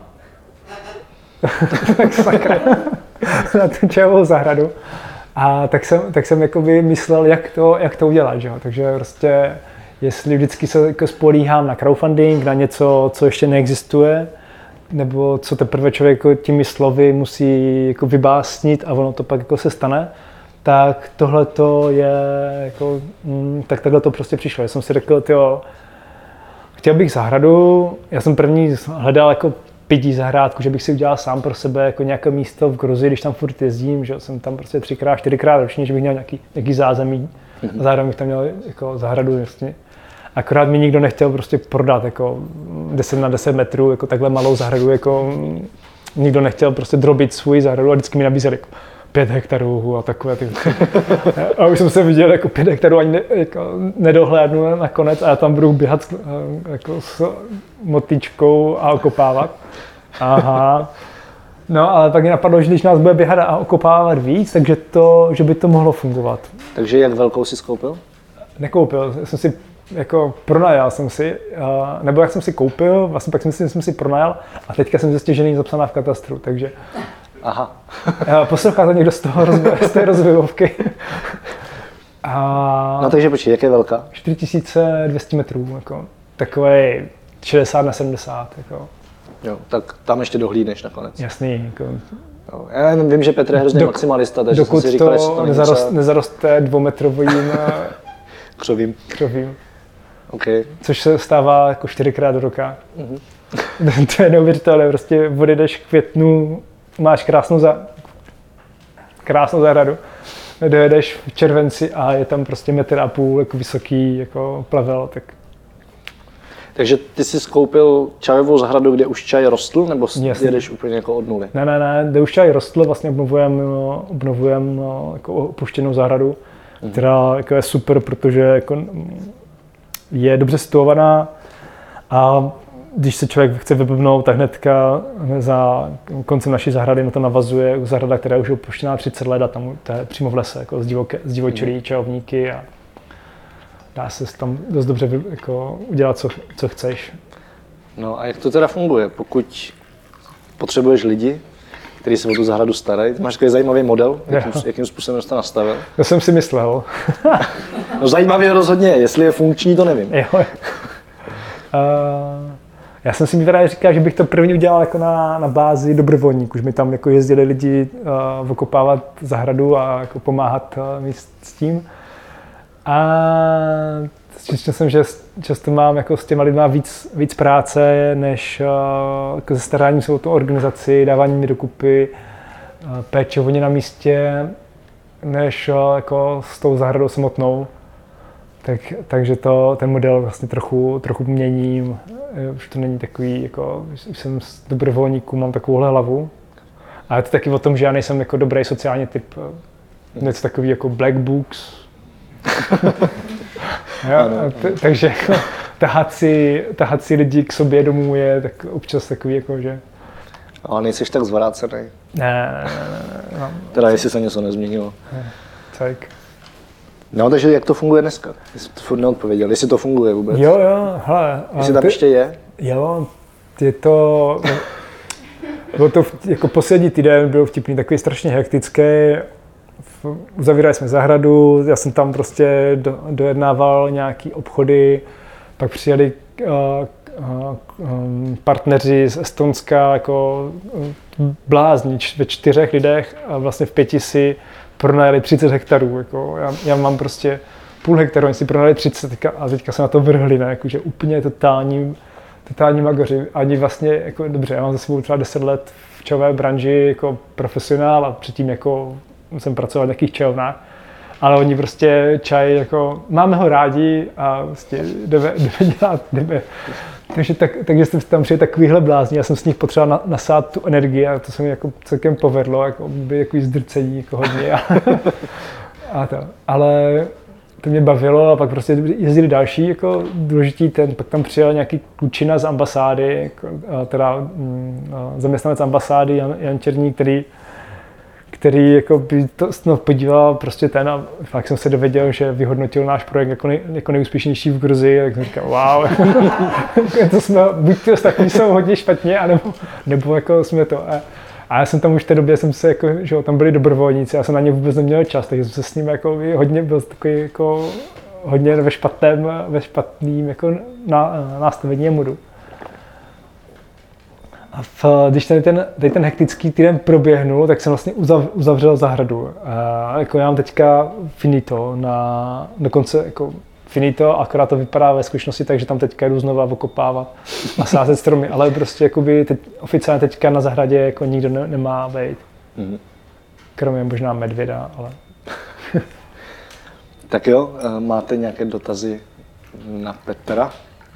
Tak sakra, na tu čajovou zahradu. A tak jsem, tak jsem jakoby myslel, jak to, jak to udělat, že jo? Takže prostě, jestli vždycky se jako spolíhám na crowdfunding, na něco, co ještě neexistuje, nebo co teprve člověk jako těmi slovy musí jako vybásnit a ono to pak jako se stane, tak tohle to je jako, mm, tak takhle to prostě přišlo. Já jsem si řekl, tyjo, chtěl bych zahradu, já jsem první hledal jako pidí zahrádku, že bych si udělal sám pro sebe jako nějaké místo v Gruzii, když tam furt jezdím, že jsem tam prostě třikrát, čtyřikrát ročně, že bych měl nějaký, nějaký zázemí mm-hmm. a zároveň bych tam měl jako zahradu vlastně. Akorát mi nikdo nechtěl prostě prodat jako deset na deset metrů, jako takhle malou zahradu, jako nikdo nechtěl prostě drobit svůj zahradu a vždycky mi nabízeli jako pět hektarů a takové ty. A už jsem se viděl jako pět hektarů ani ne, jako nedohlédnu nakonec a já tam budu běhat jako s motičkou a okopávat. Aha. No, ale pak mě napadlo, že když nás bude běhat a okopávat víc, takže to, že by to mohlo fungovat. Takže jak velkou jsi skoupil? Nekoupil, jsem si jako pronajal jsem si, nebo jak jsem si koupil, vlastně pak jsem si, jsem si pronajal a teďka jsem zjistil, že není zapsaná v katastru, takže aha. Poslouchá to někdo z toho rozvoj, z té rozvojovky. A no takže počkej, jak je velká? čtyři tisíce dvě stě metrů, jako takový šedesát na sedmdesát. Jako. Jo, tak tam ještě dohlídneš nakonec. Jasný. Jako. Jo, já vím, že Petr je hrozně Dok, maximalista, takže dokud jsem si říkal, to, to nezarost, třeba... nezaroste dvoumetrovým křovím. křovím. Okay. Což se stává jako čtyřikrát do roka. Mm-hmm. To je neuvěřitelné, prostě odjedeš v květnu, máš krásnou, za... krásnou zahradu, dojedeš v červenci a je tam prostě metr a půl jako vysoký jako plevel. Tak... Takže ty jsi skoupil čajovou zahradu, kde už čaj rostl, nebo Jasně. jedeš úplně jako od nuly? Ne, ne, ne, kde už čaj rostl, vlastně obnovujeme obnovujem jako opuštěnou zahradu, mm. která jako je super, protože jako je dobře situovaná a když se člověk chce vyblbnout, tak hnedka za koncem naší zahrady na to navazuje zahrada, která je už opuštěná třicet let a tam to je přímo v lese, jako zdivočelí čajovníky a dá se tam dost dobře jako udělat, co, co chceš. No a jak to teda funguje? Pokud potřebuješ lidi, kteří se o tu zahradu starají, máš takový zajímavý model, jakým, jakým způsobem jsi to nastavil? To jsem si myslel. No zajímavě rozhodně, jestli je funkční, to nevím. Jo. Uh, Já jsem si mi teda říkal, že bych to první udělal jako na, na bázi dobrovolníků, že mi tam jako jezdili lidi uh, okopávat zahradu a jako pomáhat uh, s tím. A zjistil jsem, že často mám jako s těma lidma víc, víc práce, než uh, jako se staráním se o tu organizaci, dáváním mi dokupy, uh, péče o ně na místě, než uh, jako s tou zahradou samotnou. Tak, takže to, ten model vlastně trochu, trochu měním. Už to není takový, jako, už jsem z dobrovolníků, mám takovouhle hlavu. A je to taky o tom, že já nejsem jako dobrý sociální typ. Něco takový jako black books. Jo, t- takže jako, tahat, si, tahat si lidi k sobě domů je tak občas takový, jako, že... Ale nejsiš tak zvrácený. Ne, ne, ne, ne, ne. Teda jestli se něco nezměnilo. Ne, tak. No, takže jak to funguje dneska? Jsi to furt neodpověděl, jestli to funguje vůbec. Jo, jo, hele. Jestli tam ty... ještě je? Jo, je to... Bylo to jako poslední týden, byl vtipný, takový strašně hektický. Uzavírali jsme zahradu, já jsem tam prostě do, dojednával nějaký obchody, pak přijeli uh, uh, um, partneři z Estonska, jako uh, blázni ve čtyřech lidech a vlastně v pěti si pronajeli třicet hektarů. Jako já, já mám prostě půl hektaru, oni si pronajeli třicet teďka, a teďka se na to vrhli, ne? Jako, že úplně totální, totální magoři. Ani vlastně, jako, dobře, já mám za sebou třeba deset let v čajové branži jako profesionál a předtím jako jsem pracoval v nějakých čajovnách, ale oni prostě čaj, jako, máme ho rádi a prostě jdeme, jdeme dělat, jdeme. Takže, tak, takže jsem tam přijel takovýhle blázni, já jsem s nich potřeboval na, nasát tu energii a to se mi jako celkem povedlo, jako by jako zdrcení jako hodně a, a to. Ale to mě bavilo a pak prostě jezdili další jako důležitý ten, pak tam přijel nějaký klučina z ambasády, jako, teda mm, zaměstnanec ambasády Jan, Jan Černý, který který jako by to no, podíval prostě ten a fakt jsem se dověděl, že vyhodnotil náš projekt jako, nej, jako nejúspěšnější v Gruzii, tak jsem říkal, wow, to jsme, buď ty ostatní jsou hodně špatně, anebo, nebo jako jsme to. A, a já jsem tam už v té době, jsem se jako, že tam byli dobrovolníci, já jsem na ně vůbec neměl čas, takže jsem se s ním jako hodně byl takový jako hodně ve špatném, ve špatným jako na, nastavení modu. A v, když tady ten, tady ten hektický týden proběhnul, tak jsem vlastně uzav, uzavřel zahradu. A jako já mám teďka finito, na, dokonce jako finito, akorát to vypadá ve skutečnosti, takže tam teďka jdu znova okopávat a sázet stromy, ale prostě jakoby teď, oficiálně teďka na zahradě jako nikdo ne, nemá být. Mm-hmm. Kromě možná medvěda, ale... Tak jo, máte nějaké dotazy na Petra?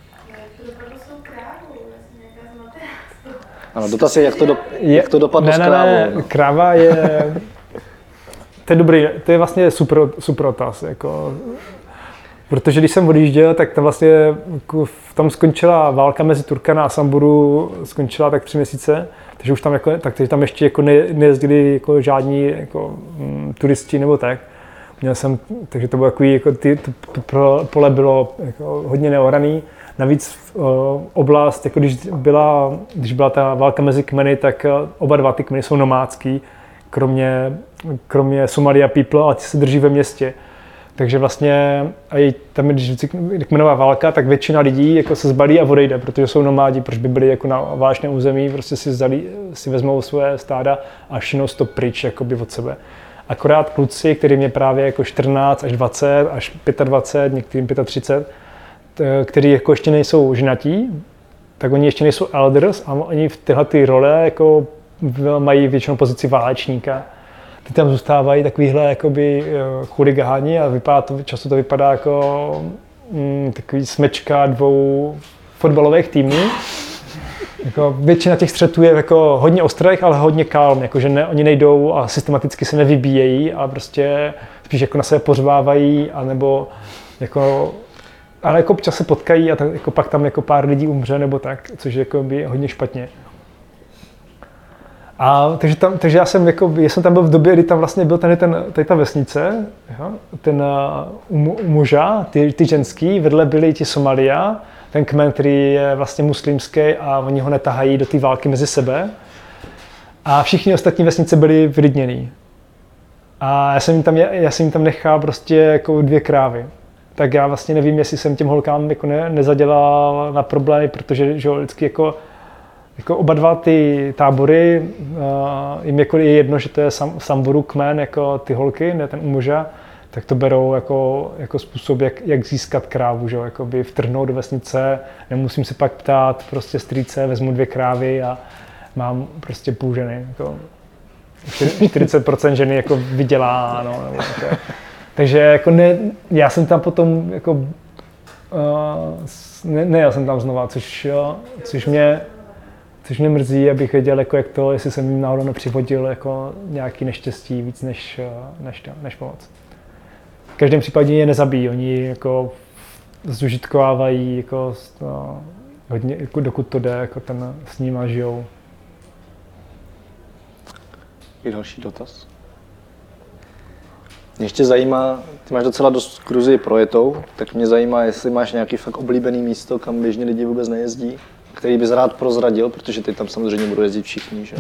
Ano, dotaz je, jak to, do, jak to dopadlo ne, s krávou. Ne, ne, kráva je, to je dobrý, to je vlastně super, super otaz, jako, protože když jsem odjížděl, tak tam vlastně, jako, tam skončila válka mezi Turkana a Samburu, skončila tak tři měsíce, takže už tam, jako, tak, takže tam ještě jako ne, nejezdili jako žádní jako, m, turisti nebo tak. Měl jsem, takže to bylo takový, jako, ty, to, to pole bylo jako, hodně neoraný. Navíc uh, oblast, jako když byla, když byla ta válka mezi kmeny, tak uh, oba dva ty kmeny jsou nomádský, kromě, kromě Somalia People, ale ty se drží ve městě. Takže vlastně, a tam, když je kmenová válka, tak většina lidí jako se zbalí a odejde, protože jsou nomádi, proč by byli jako na válečném území, prostě si, zdali, si vezmou svoje stáda a šinou to pryč jakoby od sebe. Akorát kluci, kterým je právě jako čtrnáct až dvacet, až dvacet pět, některým třicet pět, který jako ještě nejsou ženatí, tak oni ještě nejsou elders a oni v tyhle ty role jako mají většinou pozici válečníka. Ty tam zůstávají takovýhle jakoby chuligáni a vypadá to, často to vypadá jako mm, takový smečka dvou fotbalových týmů. Jako většina těch střetů je jako hodně ostrých, ale hodně kalm, jakože ne, oni nejdou a systematicky se nevybíjejí, ale prostě spíš jako na sebe pořvávají, anebo jako ale jako občas se potkají a tak, jako pak tam jako pár lidí umře nebo tak, což je jako by hodně špatně. A takže, tam, takže já jsem, jako, já jsem tam byl v době, kdy tam vlastně byl tady, ten, tady ta vesnice, jo, ten u, u muža, ty, ty ženský, vedle byli ti Somalia, ten kmen, který je vlastně muslimský a oni ho netahají do té války mezi sebe. A všichni ostatní vesnice byly vylidněný. A já jsem jim tam, já jsem jim tam nechal prostě jako dvě krávy. tak já vlastně nevím, jestli jsem těm holkám jako ne, nezadělal na problémy, protože že vždycky jako, jako oba dva ty tábory, uh, jim jako je jedno, že to je sam, Samburu kmen, jako ty holky, ne ten u muže, tak to berou jako, jako způsob, jak, jak získat krávu, že jakoby vtrhnout do vesnice, nemusím se pak ptát, prostě strýce, vezmu dvě krávy a mám prostě půl ženy. Jako čtyřicet procent ženy jako vydělá, no, nebo jako. Takže jako ne, já jsem tam potom jako uh, ne, nejel jsem tam znova, což, což mě což mě mrzí, abych věděl, jako jak to, jestli jsem jim náhodou nepřivodil jako nějaký neštěstí víc než, než, než pomoc. V každém případě je nezabijí, oni jako zužitkovávají jako, no, hodně, jako dokud to jde, jako ten s nima žijou. Je další dotaz? Mě ještě zajímá, ty máš docela dost Gruzii projetou, tak mě zajímá, jestli máš nějaký fakt oblíbený místo, kam běžně lidi vůbec nejezdí, který bys rád prozradil, protože ty tam samozřejmě budou jezdit všichni, že?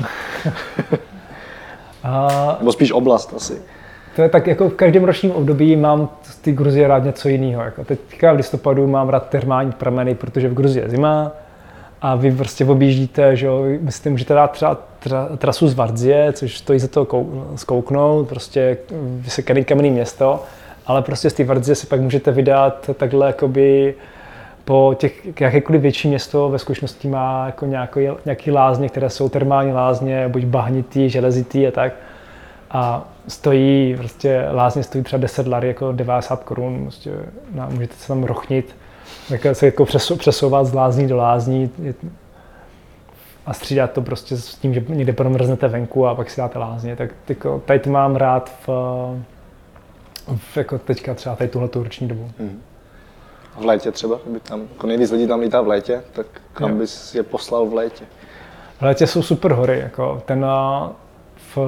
A... Nebo spíš oblast asi. To je tak, jako v každém ročním období mám z té Gruzie rád něco jiného. Jako teďka v listopadu mám rád termální prameny, protože v Gruzii je zima a vy prostě objíždíte, že jo, myslíte, můžete dát třeba tra, trasu z Vardzie, což stojí za to kou, zkouknout, prostě vysekaný kamenný město, ale prostě z té Vardzie si pak můžete vydat takhle jakoby po těch, jakékoliv větší město ve zkušenosti má jako nějaký, nějaký lázně, které jsou termální lázně, buď bahnitý, železitý a tak. A stojí, prostě lázně stojí třeba deset lari, jako devadesát korun, prostě, no, můžete se tam rochnit, tak se jako přesouvat z lázní do lázní a střídat to prostě s tím, že někde promrznete venku a pak si dáte lázně. Tak jako, tady to mám rád v, v jako teďka třeba tady tuhletu roční dobu. Hmm. V létě třeba, kdyby tam, jako nejvíc lidí tam lítá v létě, tak kam jo. bys je poslal v létě? V létě jsou super hory, jako ten v,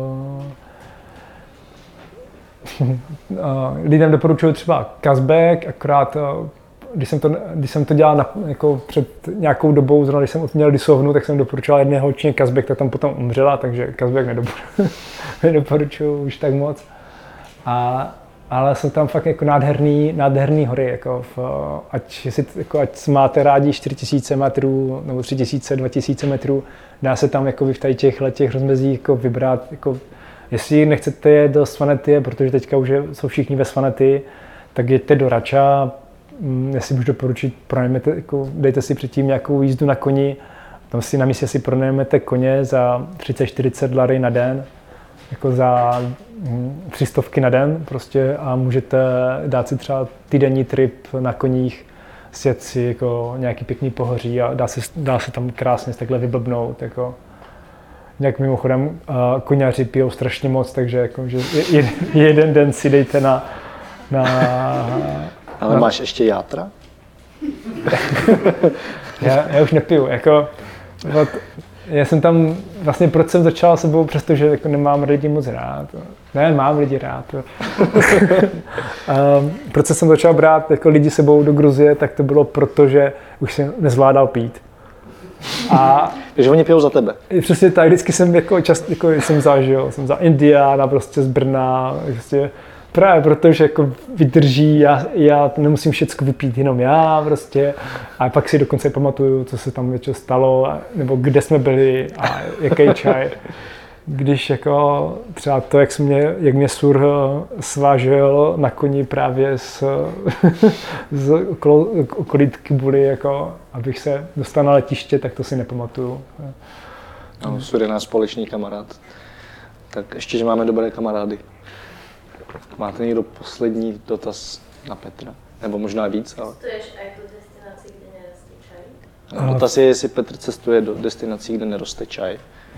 lidem doporučuju třeba Kazbek, akorát když jsem to, když jsem to dělal na, jako před nějakou dobou, zrovna když jsem měl disovnu, tak jsem doporučoval jedné holčině Kazbek, tak tam potom umřela, takže Kazbek nedoporučuju, nedoporučuju už tak moc. A ale jsou tam fakt jako nádherný, nádherný hory, jako v, ať, si, jako ať máte rádi čtyři tisíce metrů nebo tři tisíce, dva tisíce metrů, dá se tam jako v tady těch letech rozmezí jako vybrat, jako, jestli nechcete jet do Svanety, protože teďka už je, jsou všichni ve Svanety, tak jeďte do Rača, jestli můžu doporučit, pronajmete, jako, dejte si předtím nějakou jízdu na koni, tam si na místě si pronajmete koně za třicet čtyřicet lary na den, jako za tři stovky na den prostě a můžete dát si třeba týdenní trip na koních, sjet si jako nějaký pěkný pohoří a dá se, dá se tam krásně takhle vyblbnout. Jako. Nějak mimochodem uh, koňaři pijou strašně moc, takže jako, že je, jeden den si dejte na... na Ale na... máš ještě játra? já, já už nepiju, jako... Od, já jsem tam, vlastně proč jsem začal sebou, přestože jako nemám lidi moc rád. Ne, mám lidi rád. um, proč jsem začal brát jako lidi sebou do Gruzie, tak to bylo proto, že už jsem nezvládal pít. A takže oni pijou za tebe. Přesně tak, vždycky jsem jako často jako jsem zažil, jsem za Indiána, prostě z Brna, prostě právě protože jako vydrží, já, já nemusím všecko vypít, jenom já prostě. A pak si dokonce pamatuju, co se tam většinou stalo, nebo kde jsme byli a jaký čaj. Když jako třeba to, jak mě, jak mě Sur svážel na koni právě z, z okolo, okolí Kibuly, jako, abych se dostal na letiště, tak to si nepamatuju. No, Sur je náš společný kamarád. Tak ještě, že máme dobré kamarády. Máte někdo poslední dotaz na Petra? Nebo možná víc, ale... Cestuješ aj do destinací, kde neroste čaj? No, dotaz je, jestli Petr cestuje do destinací, kde neroste čaj.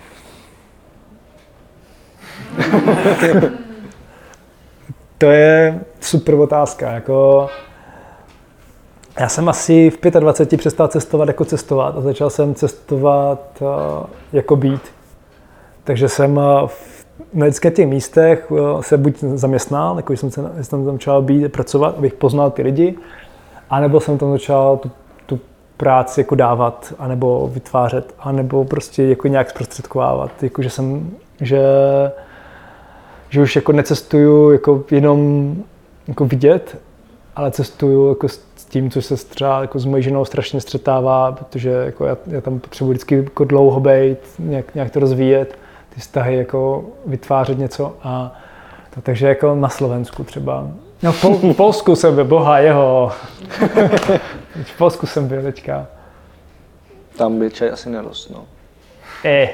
To je super otázka. Jako... Já jsem asi v dvaceti pěti přestal cestovat jako cestovat a začal jsem cestovat jako být. Takže jsem v na vždycky těch místech se buď zaměstnal, jako jsem, se, jsem tam začal být, pracovat, abych poznal ty lidi, anebo jsem tam začal tu, tu práci jako dávat, anebo vytvářet, anebo prostě jako nějak zprostředkovávat. Jako, že jsem, že, že už jako necestuju jako jenom jako vidět, ale cestuju jako s tím, co se třeba jako s mojí ženou strašně střetává, protože jako já, já tam potřebuji vždycky jako dlouho bejt, nějak, nějak to rozvíjet, ty vztahy jako vytvářet něco a to, takže jako na Slovensku třeba. No v, Pol, v Polsku jsem byl, boha jeho. V Polsku jsem byl teďka. Tam by čaj asi nerost, no. Eh.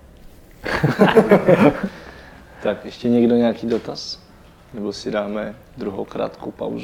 Tak ještě někdo nějaký dotaz? Nebo si dáme druhou krátkou pauzu?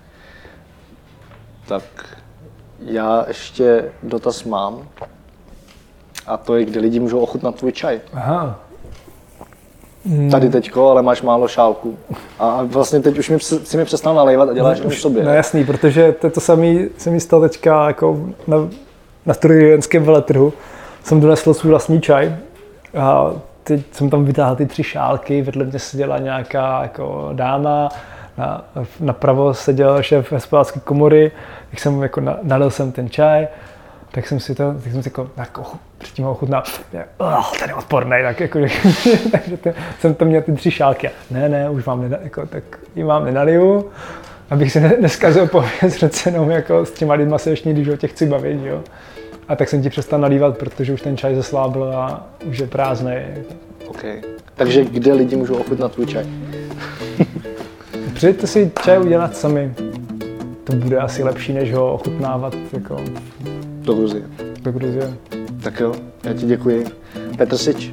Tak já ještě dotaz mám. A to je, kde lidi můžou ochutnat tvůj čaj. Aha. Tady teďko, ale máš málo šálku. A vlastně teď už mi, si mi přestal nalévat a děláš jenom sobě. No jasný, protože to, to samý se mi stalo teďka jako na, na studentském veletrhu. Jsem donesl svůj vlastní čaj a teď jsem tam vytáhl ty tři šálky, vedle mě seděla nějaká jako dáma, na, napravo seděl šéf hospodářské komory, tak jsem jako na, nalil jsem ten čaj, tak jsem si to, tak jsem si jako, jako předtím ho ochutnal, oh, ten je odporný, tak jako, takže to, jsem tam měl ty tři šálky a ne, ne, už vám neda, jako, tak jim vám nenaliju, abych si neskazil pověst, přece jenom jako s těma lidma se ještě když o těch chci bavit, jo. A tak jsem ti přestal nalívat, protože už ten čaj zeslábl a už je prázdnej. OK. Takže kde lidi můžou ochutnat tvůj čaj? Přijďte si čaj udělat sami. To bude asi lepší, než ho ochutnávat jako Do Gruzie. do Gruzie. Tak jo, já ti děkuji. Petr Sič.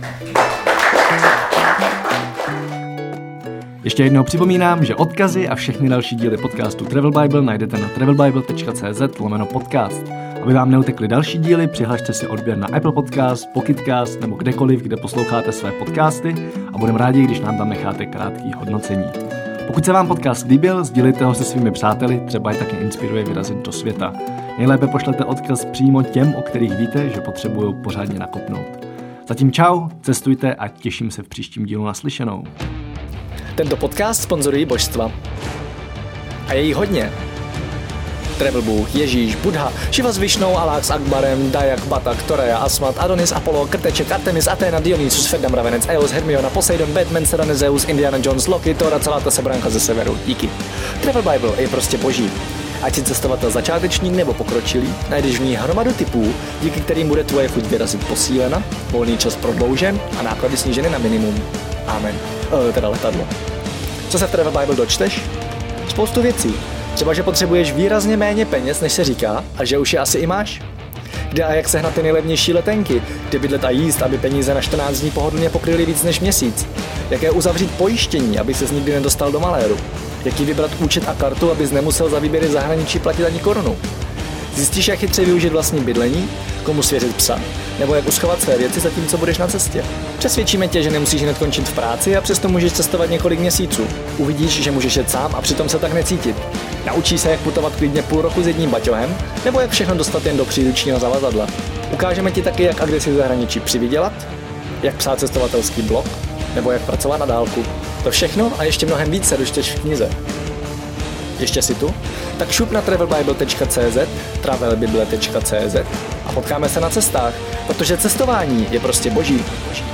Ještě jednou připomínám, že odkazy a všechny další díly podcastu Travel Bible najdete na travelbible tečka cz lomeno podcast. Aby vám neutekly další díly, přihlašte si odběr na Apple Podcast, Pocketcast nebo kdekoliv, kde posloucháte své podcasty a budeme rádi, když nám tam necháte krátký hodnocení. Pokud se vám podcast líbil, sdílejte ho se svými přáteli, třeba je taky inspiruje vyrazit do světa. Nejlépe pošlete odkaz přímo těm, o kterých víte, že potřebují pořádně nakopnout. Zatím čau, cestujte a těším se v příštím dílu naslyšenou. Tento podcast sponzorují božstva. A je jich hodně. Travel Bůh, Ježíš, Buddha, Šiva s Višnou, Alák s Akbarem, Dajak, Batak, Toreja, Asmat, Adonis, Apollo, Krteček, Artemis, Athena, Dionysus, Ferdam, Ravenec, Eos, Hermiona, Poseidon, Batman, Serena, Zeus, Indiana Jones, Loki, Thor a celá ta sebranka ze severu. Díky. Travel Bible je prostě boží. Ať si cestovatel začátečník nebo pokročilý, najdeš v ní hromadu typů, díky kterým bude tvoje chuť vyrazit posílena, volný čas prodloužen a náklady sníženy na minimum. Amen. E, teda letadlo. Co se v Travel Bible dočteš? Spoustu věcí. Třeba, že potřebuješ výrazně méně peněz, než se říká, a že už je asi i máš. Kde a jak sehnat ty nejlevnější letenky, kde bydlet a jíst, aby peníze na čtrnáct dní pohodlně pokryly víc než měsíc. Jaké uzavřít pojištění, aby ses nikdy nedostal do maléru. Jaký vybrat účet a kartu, abys nemusel za výběry v zahraničí platit ani korunu. Zjistíš, jak chytře využít vlastní bydlení, komu svěřit psa, nebo jak uschovat své věci zatímco budeš na cestě. Přesvědčíme tě, že nemusíš hned končit v práci a přesto můžeš cestovat několik měsíců. Uvidíš, že můžeš jet sám a přitom se tak necítit. Naučíš se, jak putovat klidně půl roku s jedním baťohem, nebo jak všechno dostat jen do příručního zavazadla. Ukážeme ti taky, jak a kde si v zahraničí přivydělat, jak psát cestovatelský blog, nebo jak pracovat na dálku. To všechno a ještě mnohem víc se dočteš v knize. Ještě si tu? Tak šup na travelbible tečka cz, travelbible tečka cz a potkáme se na cestách, protože cestování je prostě boží. boží.